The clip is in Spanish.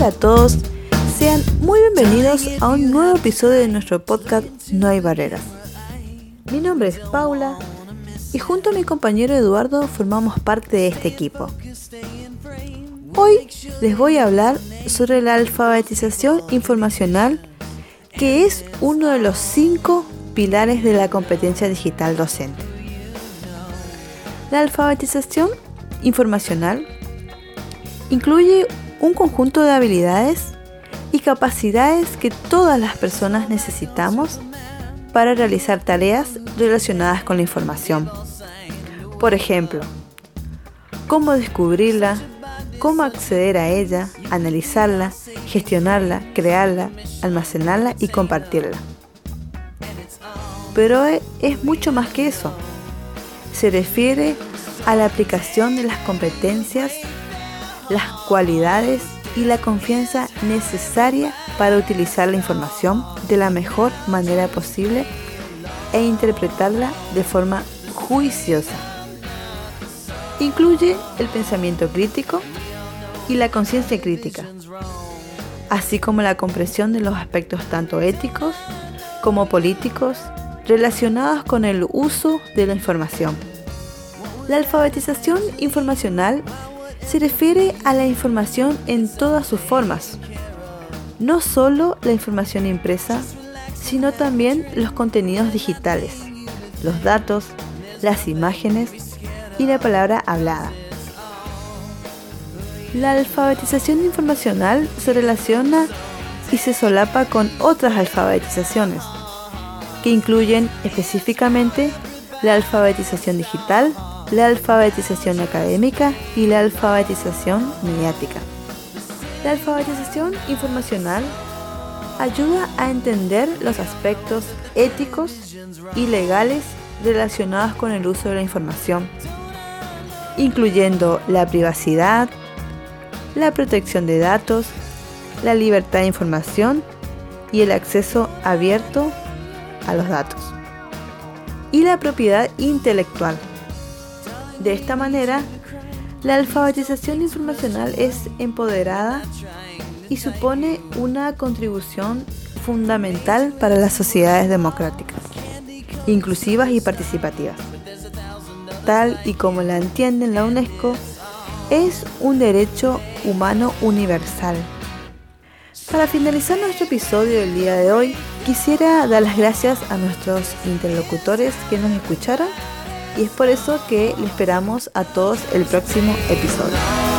Hola a todos, sean muy bienvenidos a un nuevo episodio de nuestro podcast No hay barreras. Mi nombre es Paula y junto a mi compañero Eduardo formamos parte de este equipo. Hoy les voy a hablar sobre la alfabetización informacional, que es uno de los 5 pilares de la competencia digital docente. La alfabetización informacional incluye un conjunto de habilidades y capacidades que todas las personas necesitamos para realizar tareas relacionadas con la información. Por ejemplo, cómo descubrirla, cómo acceder a ella, analizarla, gestionarla, crearla, almacenarla y compartirla. Pero es mucho más que eso. Se refiere a la aplicación de las competencias, las cualidades y la confianza necesaria para utilizar la información de la mejor manera posible e interpretarla de forma juiciosa. Incluye el pensamiento crítico y la conciencia crítica, así como la comprensión de los aspectos tanto éticos como políticos relacionados con el uso de la información. La alfabetización informacional se refiere a la información en todas sus formas, no solo la información impresa, sino también los contenidos digitales, los datos, las imágenes y la palabra hablada. La alfabetización informacional se relaciona y se solapa con otras alfabetizaciones, que incluyen específicamente la alfabetización digital, la alfabetización académica y la alfabetización mediática. La alfabetización informacional ayuda a entender los aspectos éticos y legales relacionados con el uso de la información, incluyendo la privacidad, la protección de datos, la libertad de información y el acceso abierto a los datos, y la propiedad intelectual. De esta manera, la alfabetización informacional es empoderada y supone una contribución fundamental para las sociedades democráticas, inclusivas y participativas. Tal y como la entiende la UNESCO, es un derecho humano universal. Para finalizar nuestro episodio del día de hoy, quisiera dar las gracias a nuestros interlocutores que nos escucharon, y es por eso que le esperamos a todos el próximo episodio.